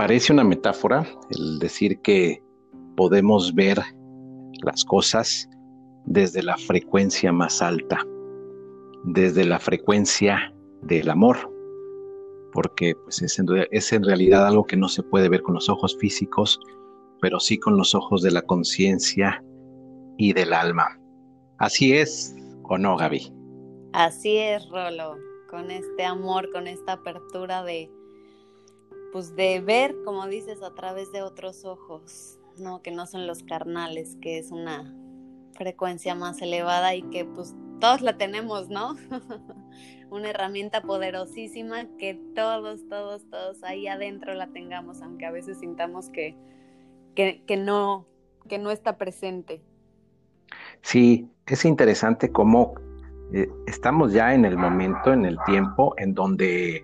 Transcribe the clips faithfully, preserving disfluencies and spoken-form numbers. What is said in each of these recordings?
parece una metáfora el decir que podemos ver las cosas desde la frecuencia más alta, desde la frecuencia del amor, porque pues, es, en, es en realidad algo que no se puede ver con los ojos físicos, pero sí con los ojos de la conciencia y del alma. ¿Así es o no, Gaby? Así es, Rolo, con este amor, con esta apertura de, pues de ver, como dices, a través de otros ojos, ¿no? Que no son los carnales, que es una frecuencia más elevada y que pues todos la tenemos, ¿no? Una herramienta poderosísima que todos, todos, todos ahí adentro la tengamos, aunque a veces sintamos que, que, que no, que no está presente. Sí, es interesante cómo eh, estamos ya en el momento, en el tiempo, en donde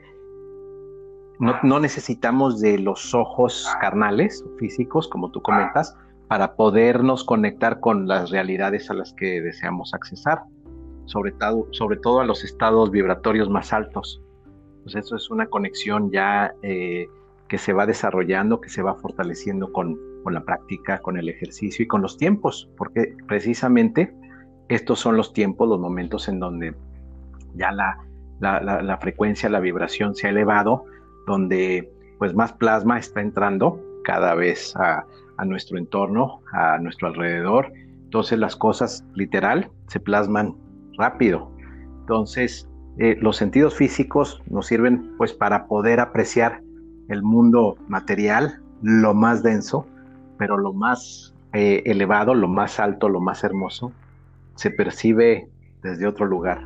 no, no necesitamos de los ojos carnales o físicos, como tú comentas, para podernos conectar con las realidades a las que deseamos accesar, sobre todo, sobre todo a los estados vibratorios más altos. Pues eso es una conexión ya eh, que se va desarrollando, que se va fortaleciendo con, con la práctica, con el ejercicio y con los tiempos, porque precisamente estos son los tiempos, los momentos en donde ya la, la, la, la frecuencia, la vibración se ha elevado, donde pues más plasma está entrando cada vez a, a nuestro entorno, a nuestro alrededor. Entonces las cosas literal se plasman rápido. Entonces eh, los sentidos físicos nos sirven pues para poder apreciar el mundo material, lo más denso, pero lo más eh, elevado, lo más alto, lo más hermoso, se percibe desde otro lugar.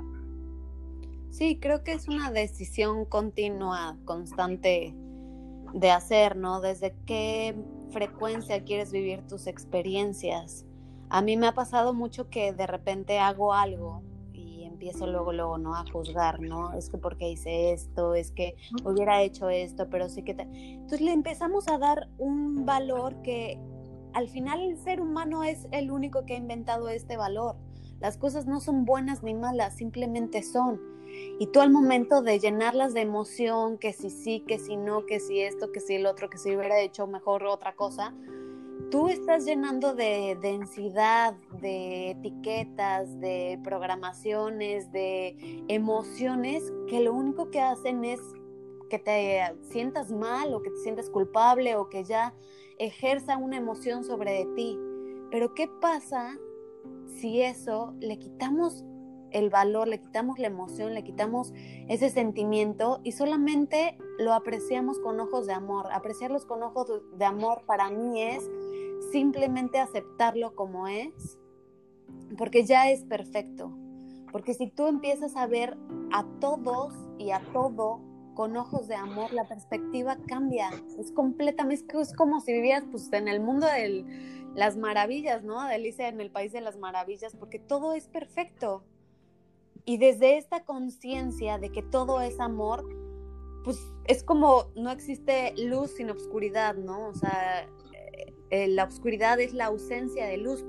Sí, creo que es una decisión continua, constante de hacer, ¿no? Desde qué frecuencia quieres vivir tus experiencias. A mí me ha pasado mucho que de repente hago algo y empiezo luego, luego, ¿no? A juzgar, ¿no? Es que porque hice esto, es que hubiera hecho esto, pero sí que... Te... Entonces le empezamos a dar un valor que al final el ser humano es el único que ha inventado este valor. Las cosas no son buenas ni malas, simplemente son. Y tú al momento de llenarlas de emoción, que si sí, que si no, que si esto, que si el otro, que si hubiera hecho mejor otra cosa, tú estás llenando de densidad, de etiquetas, de programaciones, de emociones que lo único que hacen es que te sientas mal o que te sientas culpable o que ya ejerza una emoción sobre de ti. Pero ¿qué pasa si eso le quitamos el valor, le quitamos la emoción, le quitamos ese sentimiento y solamente lo apreciamos con ojos de amor? Apreciarlos con ojos de amor para mí es simplemente aceptarlo como es, porque ya es perfecto. Porque si tú empiezas a ver a todos y a todo con ojos de amor, la perspectiva cambia. Es completamente, es como si vivieras pues, en el mundo de las maravillas, ¿no? De Alicia en el País de las Maravillas, porque todo es perfecto. Y desde esta conciencia de que todo es amor, pues es como no existe luz sin obscuridad, ¿no? O sea, eh, la obscuridad es la ausencia de luz,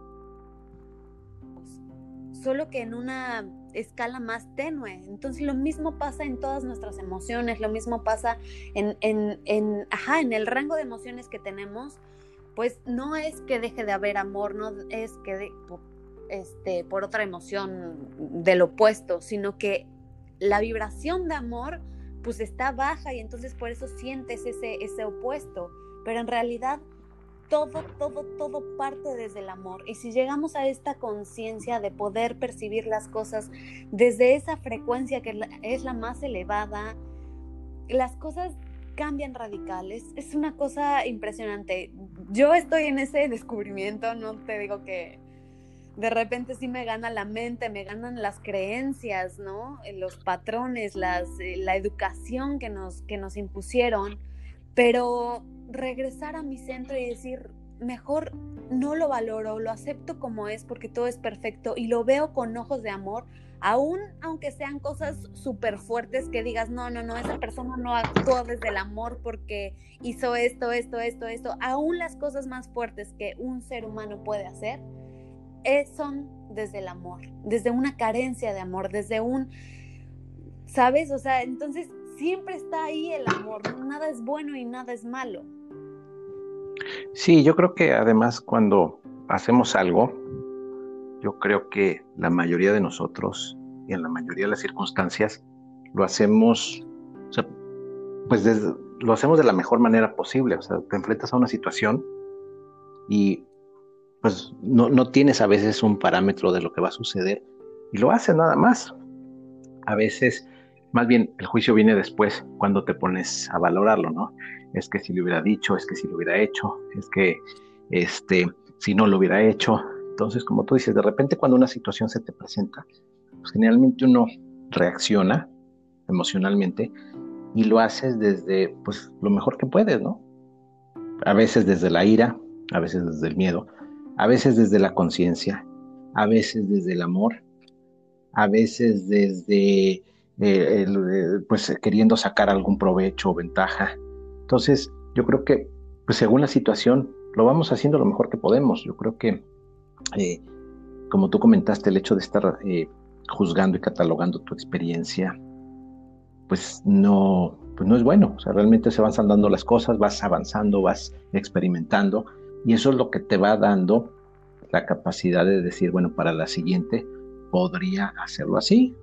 solo que en una escala más tenue. Entonces lo mismo pasa en todas nuestras emociones, lo mismo pasa en, en, en, ajá, en el rango de emociones que tenemos. Pues no es que deje de haber amor, no es que de, este, por otra emoción del opuesto, sino que la vibración de amor pues está baja y entonces por eso sientes ese, ese opuesto, pero en realidad todo, todo, todo parte desde el amor. Y si llegamos a esta conciencia de poder percibir las cosas desde esa frecuencia que es la más elevada, las cosas cambian radicales. Es una cosa impresionante. Yo estoy en ese descubrimiento, no te digo que de repente sí me gana la mente, me ganan las creencias, ¿no? Los patrones, las, la educación que nos, que nos impusieron, pero regresar a mi centro y decir, mejor no lo valoro, lo acepto como es porque todo es perfecto y lo veo con ojos de amor, aún aunque sean cosas súper fuertes que digas, no, no, no, esa persona no actuó desde el amor porque hizo esto, esto, esto, esto, aún las cosas más fuertes que un ser humano puede hacer, eh, son desde el amor, desde una carencia de amor, desde un, ¿sabes? O sea, entonces siempre está ahí el amor, nada es bueno y nada es malo. Sí, yo creo que además cuando hacemos algo, yo creo que la mayoría de nosotros y en la mayoría de las circunstancias lo hacemos, o sea, pues desde, lo hacemos de la mejor manera posible. O sea, te enfrentas a una situación y pues no, no tienes a veces un parámetro de lo que va a suceder y lo haces nada más. A veces, más bien, el juicio viene después cuando te pones a valorarlo, ¿no? Es que si lo hubiera dicho, es que si lo hubiera hecho, es que este, si no lo hubiera hecho. Entonces, como tú dices, de repente cuando una situación se te presenta, pues generalmente uno reacciona emocionalmente y lo haces desde pues lo mejor que puedes, ¿no? A veces desde la ira, a veces desde el miedo, a veces desde la conciencia, a veces desde el amor, a veces desde eh, el, eh, pues queriendo sacar algún provecho o ventaja. Entonces, yo creo que pues según la situación lo vamos haciendo lo mejor que podemos. Yo creo que eh, como tú comentaste, el hecho de estar eh, juzgando y catalogando tu experiencia, pues no, pues no es bueno. O sea, realmente se van dando las cosas, vas avanzando, vas experimentando, y eso es lo que te va dando la capacidad de decir, bueno, para la siguiente podría hacerlo así.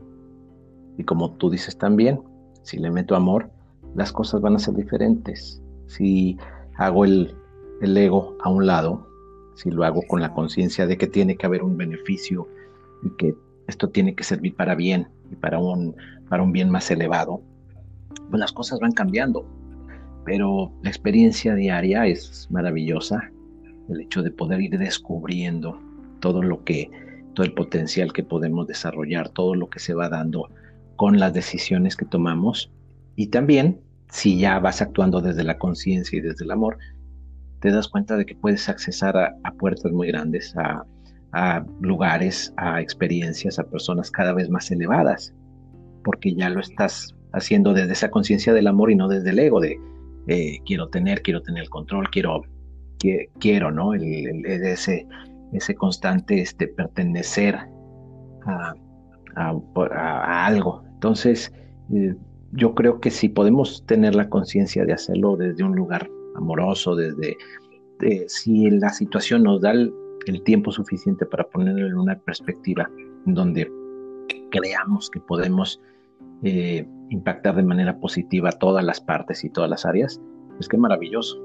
Y como tú dices también, si le meto amor, las cosas van a ser diferentes. Si hago el, el ego a un lado, si lo hago con la conciencia de que tiene que haber un beneficio y que esto tiene que servir para bien y para un, para un bien más elevado, pues las cosas van cambiando. Pero la experiencia diaria es maravillosa, el hecho de poder ir descubriendo todo lo que, todo el potencial que podemos desarrollar, todo lo que se va dando con las decisiones que tomamos. Y también, si ya vas actuando desde la conciencia y desde el amor, te das cuenta de que puedes accesar a, a puertas muy grandes, a, a lugares, a experiencias, a personas cada vez más elevadas, porque ya lo estás haciendo desde esa conciencia del amor y no desde el ego de eh, quiero tener, quiero tener el control, quiero, que, quiero, ¿no? El, el, el, ese, ese constante este, pertenecer a, a, a, a algo. Entonces, eh, yo creo que si podemos tener la conciencia de hacerlo desde un lugar amoroso, desde eh, si la situación nos da el, el tiempo suficiente para ponerlo en una perspectiva en donde creamos que podemos eh, impactar de manera positiva todas las partes y todas las áreas, pues qué maravilloso.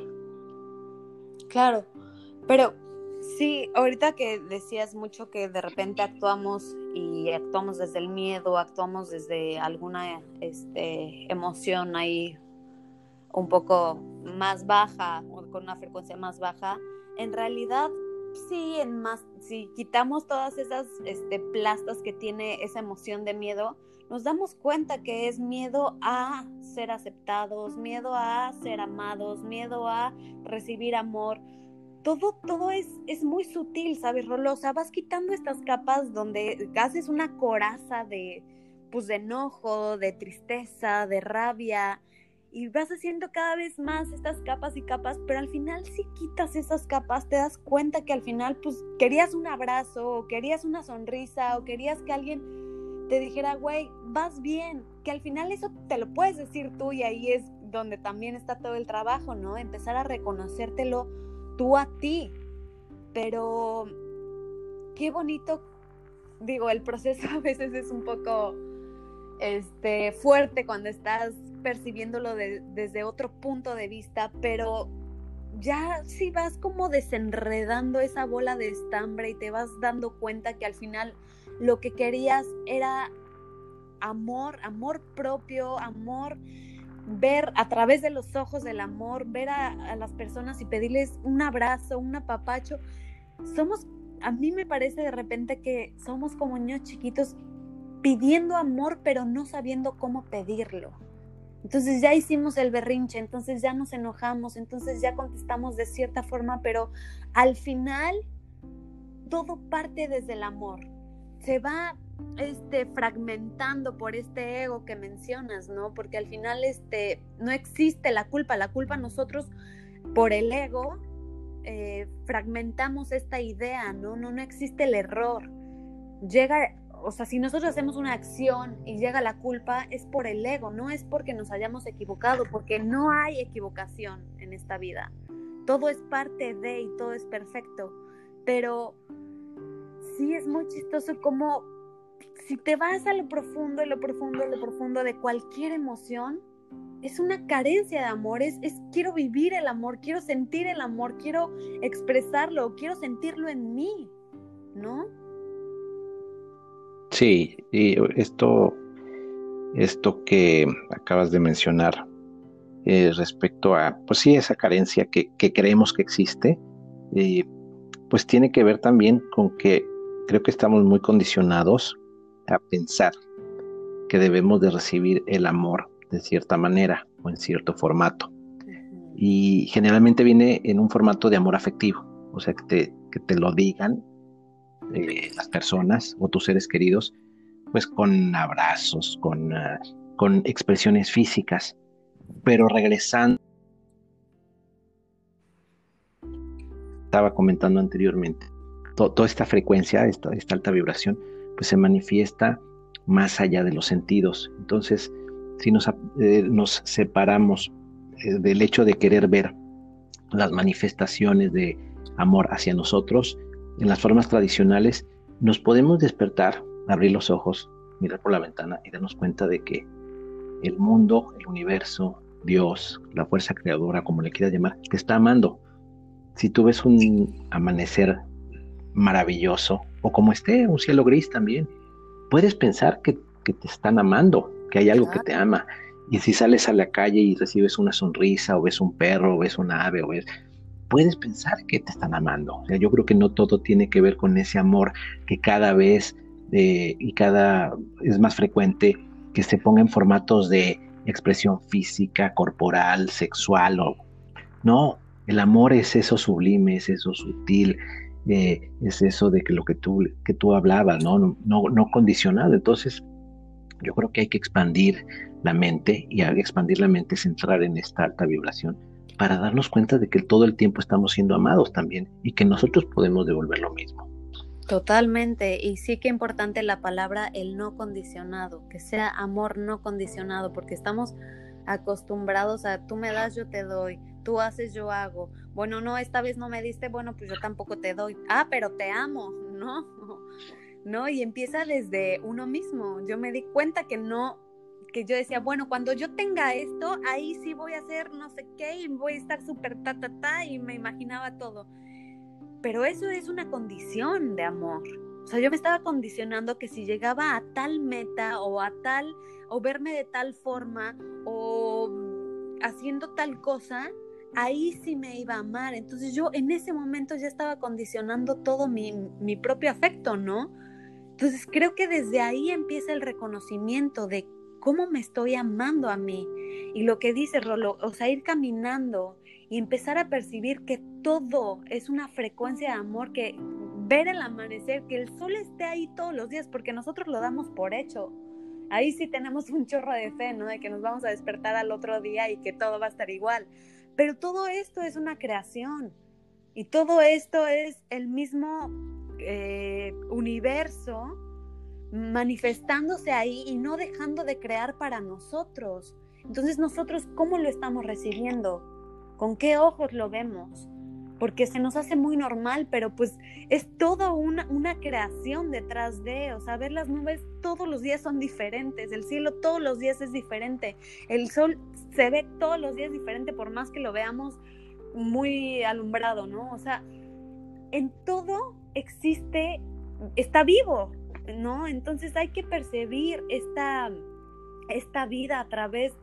Claro, pero sí, ahorita que decías mucho que de repente actuamos y actuamos desde el miedo, actuamos desde alguna este, emoción ahí un poco más baja o con una frecuencia más baja, en realidad sí, en más, si quitamos todas esas este, plastas que tiene esa emoción de miedo, nos damos cuenta que es miedo a ser aceptados, miedo a ser amados, miedo a recibir amor. Todo, todo es, es muy sutil, ¿sabes, Rolo? O sea, vas quitando estas capas donde haces una coraza de, pues, de enojo, de tristeza, de rabia, y vas haciendo cada vez más estas capas y capas, pero al final si quitas esas capas te das cuenta que al final pues querías un abrazo, o querías una sonrisa, o querías que alguien te dijera, güey, vas bien, que al final eso te lo puedes decir tú, y ahí es donde también está todo el trabajo, ¿no? Empezar a reconocértelo tú a ti. Pero qué bonito, digo, el proceso a veces es un poco este, fuerte cuando estás percibiéndolo de, desde otro punto de vista, pero ya si vas como desenredando esa bola de estambre y te vas dando cuenta que al final lo que querías era amor, amor propio, amor, ver a través de los ojos del amor, ver a, a las personas y pedirles un abrazo, un apapacho. Somos, a mí me parece de repente que somos como niños chiquitos pidiendo amor, pero no sabiendo cómo pedirlo. Entonces ya hicimos el berrinche, entonces ya nos enojamos, entonces ya contestamos de cierta forma, pero al final todo parte desde el amor. Se va este, fragmentando por este ego que mencionas, ¿no? Porque al final este, no existe la culpa. La culpa nosotros, por el ego, eh, fragmentamos esta idea, ¿no? No, no existe el error. Llega o sea, si nosotros hacemos una acción y llega la culpa, es por el ego, no es porque nos hayamos equivocado, porque no hay equivocación en esta vida. Todo es parte de y todo es perfecto. Pero sí es muy chistoso como si te vas a lo profundo, lo profundo, lo profundo de cualquier emoción, es una carencia de amor, es, es quiero vivir el amor, quiero sentir el amor, quiero expresarlo, quiero sentirlo en mí, ¿no? Sí, y esto, esto que acabas de mencionar eh, respecto a, pues sí, esa carencia que, que creemos que existe, eh, pues tiene que ver también con que creo que estamos muy condicionados a pensar que debemos de recibir el amor de cierta manera o en cierto formato. Uh-huh. Y generalmente viene en un formato de amor afectivo, o sea, que te, que te lo digan eh, las personas o tus seres queridos, pues con abrazos, con, uh, con expresiones físicas, pero regresando, estaba comentando anteriormente, to, toda esta frecuencia, esta, esta alta vibración, pues se manifiesta más allá de los sentidos. Entonces, si nos, eh, nos separamos eh, del hecho de querer ver las manifestaciones de amor hacia nosotros, en las formas tradicionales, nos podemos despertar, abrir los ojos, mirar por la ventana y darnos cuenta de que el mundo, el universo, Dios, la fuerza creadora, como le quieras llamar, te está amando. Si tú ves un amanecer maravilloso, o como esté, un cielo gris también, puedes pensar que, que te están amando, que hay algo que te ama. Y si sales a la calle y recibes una sonrisa, o ves un perro, o ves una ave, o ves, puedes pensar que te están amando. O sea, yo creo que no todo tiene que ver con ese amor que cada vez eh, y cada es más frecuente que se ponga en formatos de expresión física, corporal, sexual. O no, el amor es eso sublime, es eso sutil, eh, es eso de que lo que tú, que tú hablabas, ¿no? No, no, no condicionado. Entonces, yo creo que hay que expandir la mente, y al expandir la mente es entrar en esta alta vibración para darnos cuenta de que todo el tiempo estamos siendo amados también y que nosotros podemos devolver lo mismo. Totalmente, y sí que importante la palabra el no condicionado, que sea amor no condicionado, porque estamos acostumbrados a tú me das, yo te doy, tú haces, yo hago, bueno, no, esta vez no me diste, bueno, pues yo tampoco te doy, ah, pero te amo, ¿no? ¿No? Y empieza desde uno mismo. Yo me di cuenta que no, que yo decía, bueno, cuando yo tenga esto, ahí sí voy a hacer no sé qué y voy a estar súper ta, ta, ta, y me imaginaba todo. Pero eso es una condición de amor. O sea, yo me estaba condicionando que si llegaba a tal meta o a tal, o verme de tal forma o haciendo tal cosa, ahí sí me iba a amar. Entonces yo en ese momento ya estaba condicionando todo mi, mi propio afecto, ¿no? Entonces creo que desde ahí empieza el reconocimiento de cómo me estoy amando a mí. Y lo que dice Rolo, o sea, ir caminando y empezar a percibir que todo es una frecuencia de amor, que ver el amanecer, que el sol esté ahí todos los días, porque nosotros lo damos por hecho. Ahí sí tenemos un chorro de fe, ¿no? De que nos vamos a despertar al otro día y que todo va a estar igual. Pero todo esto es una creación. Y todo esto es el mismo eh, universo manifestándose ahí y no dejando de crear para nosotros. Entonces, nosotros, ¿cómo lo estamos recibiendo? ¿Con qué ojos lo vemos? Porque se nos hace muy normal, pero pues es toda una, una creación detrás de, o sea, ver las nubes todos los días son diferentes, el cielo todos los días es diferente, el sol se ve todos los días diferente, por más que lo veamos muy alumbrado, ¿no? O sea, en todo existe, está vivo, ¿no? Entonces hay que percibir esta, esta vida a través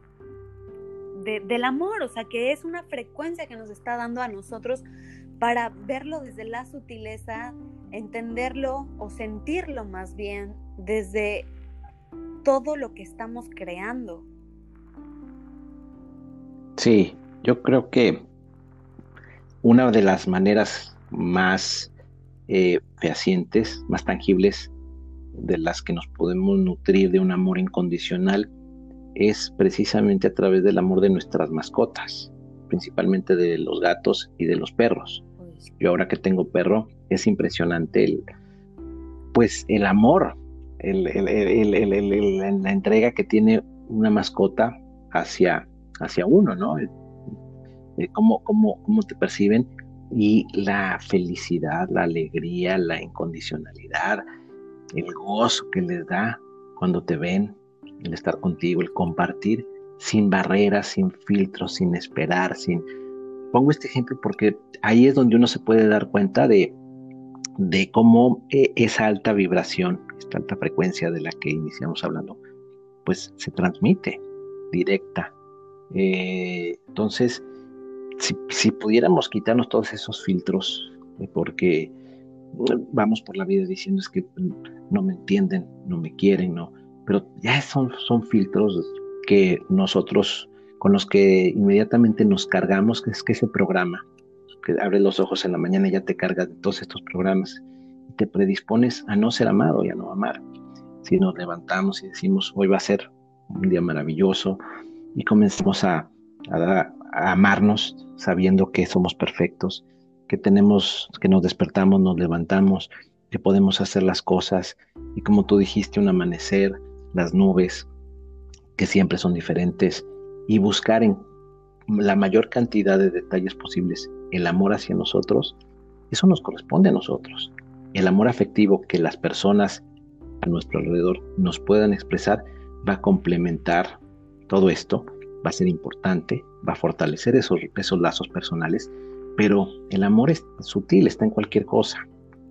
de, del amor, o sea, que es una frecuencia que nos está dando a nosotros para verlo desde la sutileza, entenderlo o sentirlo más bien desde todo lo que estamos creando. Sí, yo creo que una de las maneras más eh, fehacientes, más tangibles, de las que nos podemos nutrir de un amor incondicional, es precisamente a través del amor de nuestras mascotas, principalmente de los gatos y de los perros. Yo ahora que tengo perro, es impresionante el, pues el amor el, el, el, el, el, el, la entrega que tiene una mascota hacia, hacia uno, ¿no? El, el cómo, cómo, cómo te perciben y la felicidad, la alegría, la incondicionalidad, el gozo que les da cuando te ven, el estar contigo, el compartir sin barreras, sin filtros, sin esperar, sin... Pongo este ejemplo porque ahí es donde uno se puede dar cuenta de, de cómo eh, esa alta vibración, esta alta frecuencia de la que iniciamos hablando, pues se transmite directa. Eh, entonces, si, si pudiéramos quitarnos todos esos filtros, eh, porque vamos por la vida diciendo es que no me entienden, no me quieren, no, pero ya son, son filtros que nosotros, con los que inmediatamente nos cargamos, que es que ese programa, que abres los ojos en la mañana y ya te cargas de todos estos programas, y te predispones a no ser amado y a no amar. Si nos levantamos y decimos, hoy va a ser un día maravilloso, y comenzamos a, a, a amarnos sabiendo que somos perfectos, que tenemos, que nos despertamos, nos levantamos, que podemos hacer las cosas, y como tú dijiste, un amanecer, las nubes, que siempre son diferentes, y buscar en la mayor cantidad de detalles posibles el amor hacia nosotros, eso nos corresponde a nosotros. El amor afectivo que las personas a nuestro alrededor nos puedan expresar va a complementar todo esto, va a ser importante, va a fortalecer esos, esos lazos personales, pero el amor es sutil, está en cualquier cosa.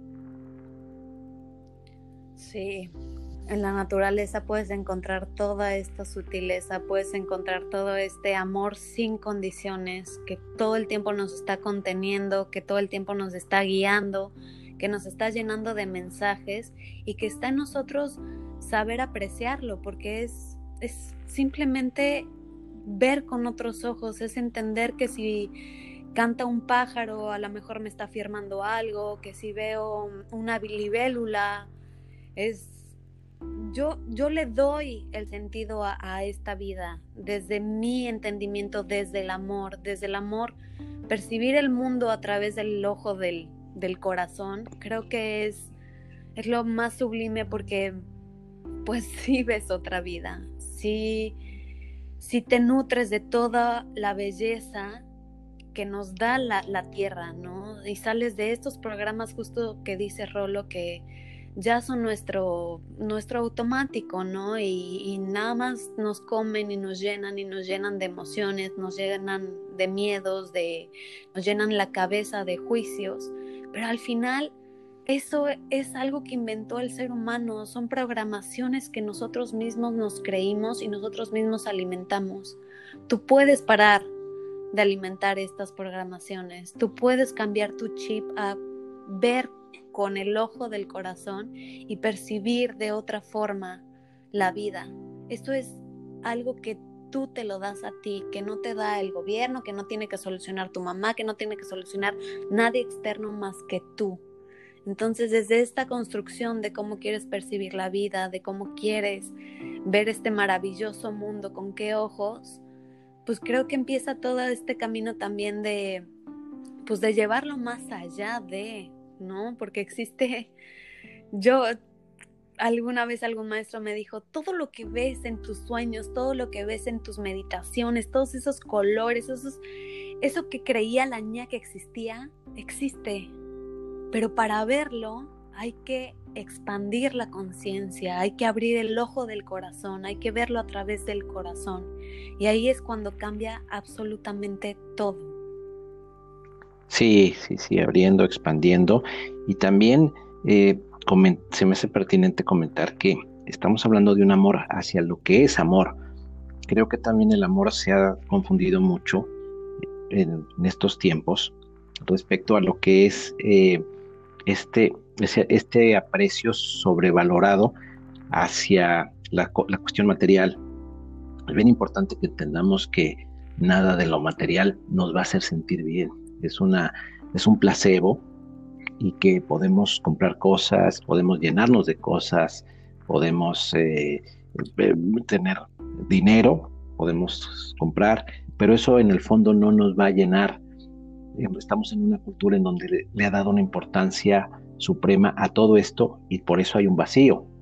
Sí, en la naturaleza puedes encontrar toda esta sutileza, puedes encontrar todo este amor sin condiciones, que todo el tiempo nos está conteniendo, que todo el tiempo nos está guiando, que nos está llenando de mensajes y que está en nosotros saber apreciarlo, porque es, es simplemente ver con otros ojos, es entender que si canta un pájaro a lo mejor me está afirmando algo, que si veo una libélula, es... Yo, yo le doy el sentido a, a esta vida desde mi entendimiento, desde el amor, desde el amor, percibir el mundo a través del ojo del, del corazón, creo que es, es lo más sublime porque pues sí ves otra vida, sí, sí te nutres de toda la belleza que nos da la, la tierra, ¿no? Y sales de estos programas justo que dice Rolo que ya son nuestro, nuestro automático, ¿no? Y, y nada más nos comen y nos llenan y nos llenan de emociones, nos llenan de miedos, de, nos llenan la cabeza de juicios, pero al final eso es algo que inventó el ser humano, son programaciones que nosotros mismos nos creímos y nosotros mismos alimentamos. Tú puedes parar de alimentar estas programaciones, tú puedes cambiar tu chip a ver con el ojo del corazón y percibir de otra forma la vida. Esto es algo que tú te lo das a ti, que no te da el gobierno, que no tiene que solucionar tu mamá, que no tiene que solucionar nadie externo más que tú. Entonces, desde esta construcción de cómo quieres percibir la vida, de cómo quieres ver este maravilloso mundo, con qué ojos, pues creo que empieza todo este camino también de, pues de llevarlo más allá de... ¿no? Porque existe, yo, alguna vez algún maestro me dijo, todo lo que ves en tus sueños, todo lo que ves en tus meditaciones, todos esos colores, esos, eso que creía la niña que existía, existe, pero para verlo hay que expandir la conciencia, hay que abrir el ojo del corazón, hay que verlo a través del corazón, y ahí es cuando cambia absolutamente todo. Sí, sí, sí, abriendo, expandiendo. Y también eh, coment- se me hace pertinente comentar que estamos hablando de un amor hacia lo que es amor. Creo que también el amor se ha confundido mucho en, en estos tiempos respecto a lo que es eh, este, ese- este aprecio sobrevalorado hacia la, co- la cuestión material. Es bien importante que entendamos que nada de lo material nos va a hacer sentir bien. Es una, es un placebo y que podemos comprar cosas, podemos llenarnos de cosas, podemos eh, eh, tener dinero, podemos comprar, pero eso en el fondo no nos va a llenar. Eh, Estamos en una cultura en donde le, le ha dado una importancia suprema a todo esto y por eso hay un vacío.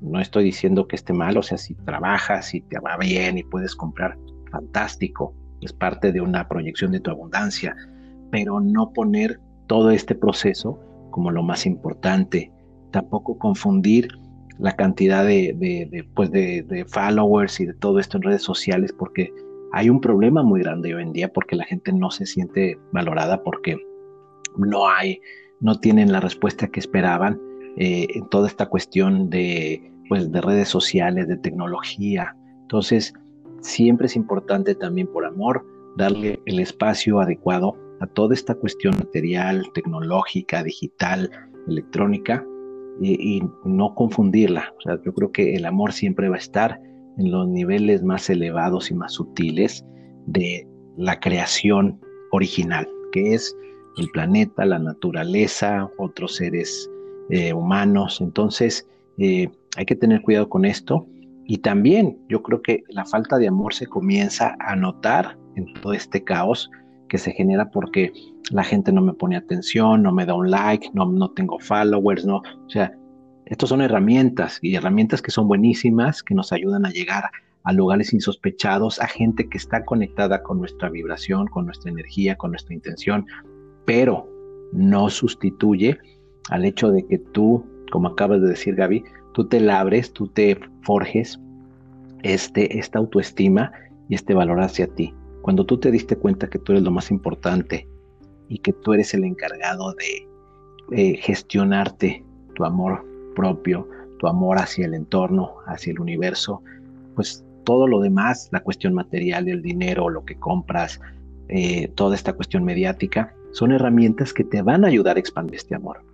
no estoy diciendo que esté mal, o sea, si trabajas y te va bien y puedes comprar, fantástico, es parte de una proyección de tu abundancia, pero no poner todo este proceso como lo más importante, tampoco confundir la cantidad de, de, de, pues de, de followers y de todo esto en redes sociales, porque hay un problema muy grande hoy en día, porque la gente no se siente valorada, porque no hay, no tienen la respuesta que esperaban eh, en toda esta cuestión de, pues, de redes sociales, de tecnología. Entonces, siempre es importante también por amor darle el espacio adecuado a toda esta cuestión material, tecnológica, digital, electrónica, y, y no confundirla. O sea, yo creo que el amor siempre va a estar en los niveles más elevados y más sutiles de la creación original, que es el planeta, la naturaleza, otros seres eh, humanos. Entonces, eh, hay que tener cuidado con esto. Y también yo creo que la falta de amor se comienza a notar en todo este caos que se genera porque la gente no me pone atención, no me da un like, no, no tengo followers, no. O sea, estos son herramientas y herramientas que son buenísimas, que nos ayudan a llegar a lugares insospechados, a gente que está conectada con nuestra vibración, con nuestra energía, con nuestra intención, pero no sustituye al hecho de que tú, como acabas de decir, Gaby, tú te labres, tú te forjes este, esta autoestima y este valor hacia ti. Cuando tú te diste cuenta que tú eres lo más importante y que tú eres el encargado de eh, gestionarte tu amor propio, tu amor hacia el entorno, hacia el universo, pues todo lo demás, la cuestión material, el dinero, lo que compras, eh, toda esta cuestión mediática, son herramientas que te van a ayudar a expandir este amor.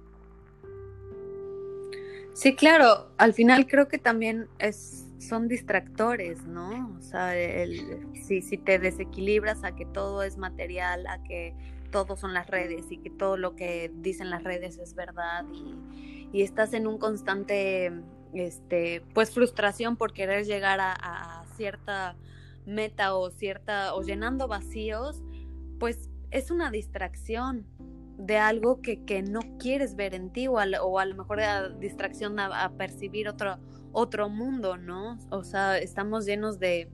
Sí, claro, al final creo que también es, son distractores, ¿no? O sea, el, si, si te desequilibras a que todo es material, a que todo son las redes y que todo lo que dicen las redes es verdad y, y estás en un constante, este, pues frustración por querer llegar a, a cierta meta o cierta, o llenando vacíos, pues es una distracción de algo que, que no quieres ver en ti o a, o a lo mejor la distracción a, a percibir otro, otro mundo, ¿no? O sea, estamos llenos de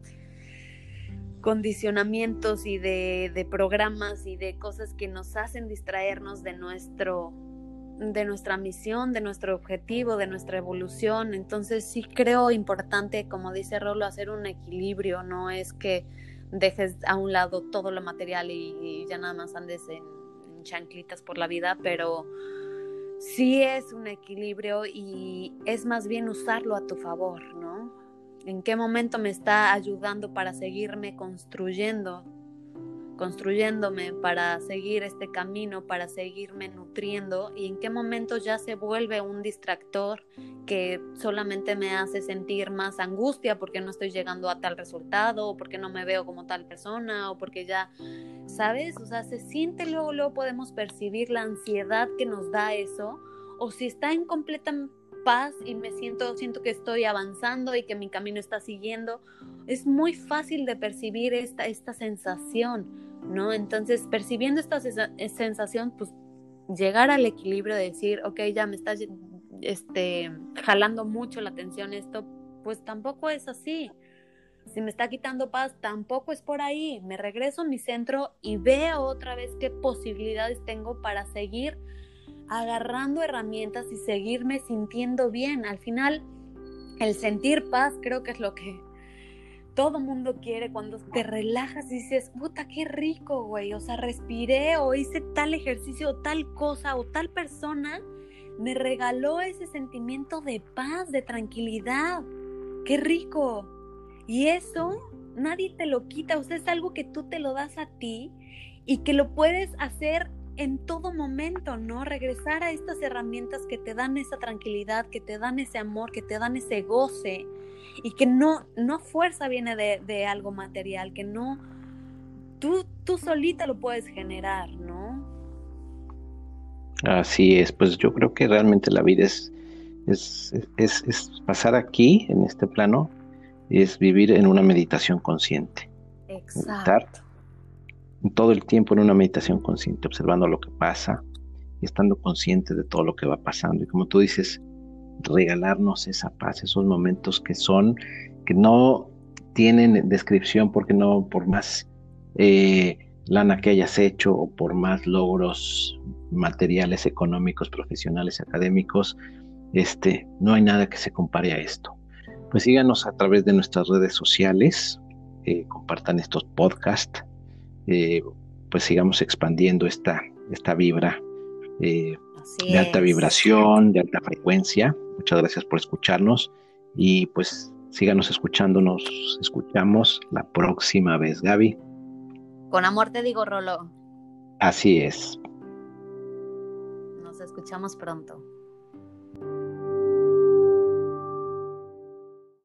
condicionamientos y de, de programas y de cosas que nos hacen distraernos de nuestro, de nuestra misión, de nuestro objetivo, de nuestra evolución. Entonces sí creo importante, como dice Rolo, hacer un equilibrio. No es que dejes a un lado todo lo material y, y ya nada más andes en, en chanclitas por la vida, pero sí es un equilibrio y es más bien usarlo a tu favor, ¿no? ¿En qué momento me está ayudando para seguirme construyendo, construyéndome, para seguir este camino, para seguirme nutriendo? ¿Y en qué momento ya se vuelve un distractor que solamente me hace sentir más angustia porque no estoy llegando a tal resultado, o porque no me veo como tal persona, o porque ya, ¿sabes? O sea, se siente, luego, luego podemos percibir la ansiedad que nos da eso, o si está en completa paz y me siento, siento que estoy avanzando y que mi camino está siguiendo. Es muy fácil de percibir esta, esta sensación, ¿no? Entonces, percibiendo esta sensación, pues llegar al equilibrio de decir, ok, ya me está este, jalando mucho la atención esto, pues tampoco es así. Si me está quitando paz, tampoco es por ahí. Me regreso a mi centro y veo otra vez qué posibilidades tengo para seguir agarrando herramientas y seguirme sintiendo bien. Al final, el sentir paz creo que es lo que todo mundo quiere cuando te relajas y dices, puta, qué rico, güey. O sea, respiré o hice tal ejercicio o tal cosa o tal persona me regaló ese sentimiento de paz, de tranquilidad. Qué rico. Y eso nadie te lo quita. O sea, es algo que tú te lo das a ti y que lo puedes hacer en todo momento, ¿no? Regresar a estas herramientas que te dan esa tranquilidad, que te dan ese amor, que te dan ese goce y que no, no fuerza viene de, de algo material, que no, tú, tú solita lo puedes generar, ¿no? Así es, pues yo creo que realmente la vida es, es, es, es pasar aquí, en este plano, es vivir en una meditación consciente. Exacto. Meditar todo el tiempo en una meditación consciente, observando lo que pasa y estando consciente de todo lo que va pasando. Y como tú dices, regalarnos esa paz, esos momentos que son, que no tienen descripción, porque no, por más eh, lana que hayas hecho o por más logros materiales, económicos, profesionales, académicos, este, no hay nada que se compare a esto. Pues síganos a través de nuestras redes sociales, eh, compartan estos podcasts, eh, pues sigamos expandiendo esta, esta vibra eh, Así de alta es. vibración, de alta frecuencia. Muchas gracias por escucharnos y pues síganos escuchando, nos escuchamos la próxima vez, Gaby. Con amor te digo, Rolo. Así es. Nos escuchamos pronto.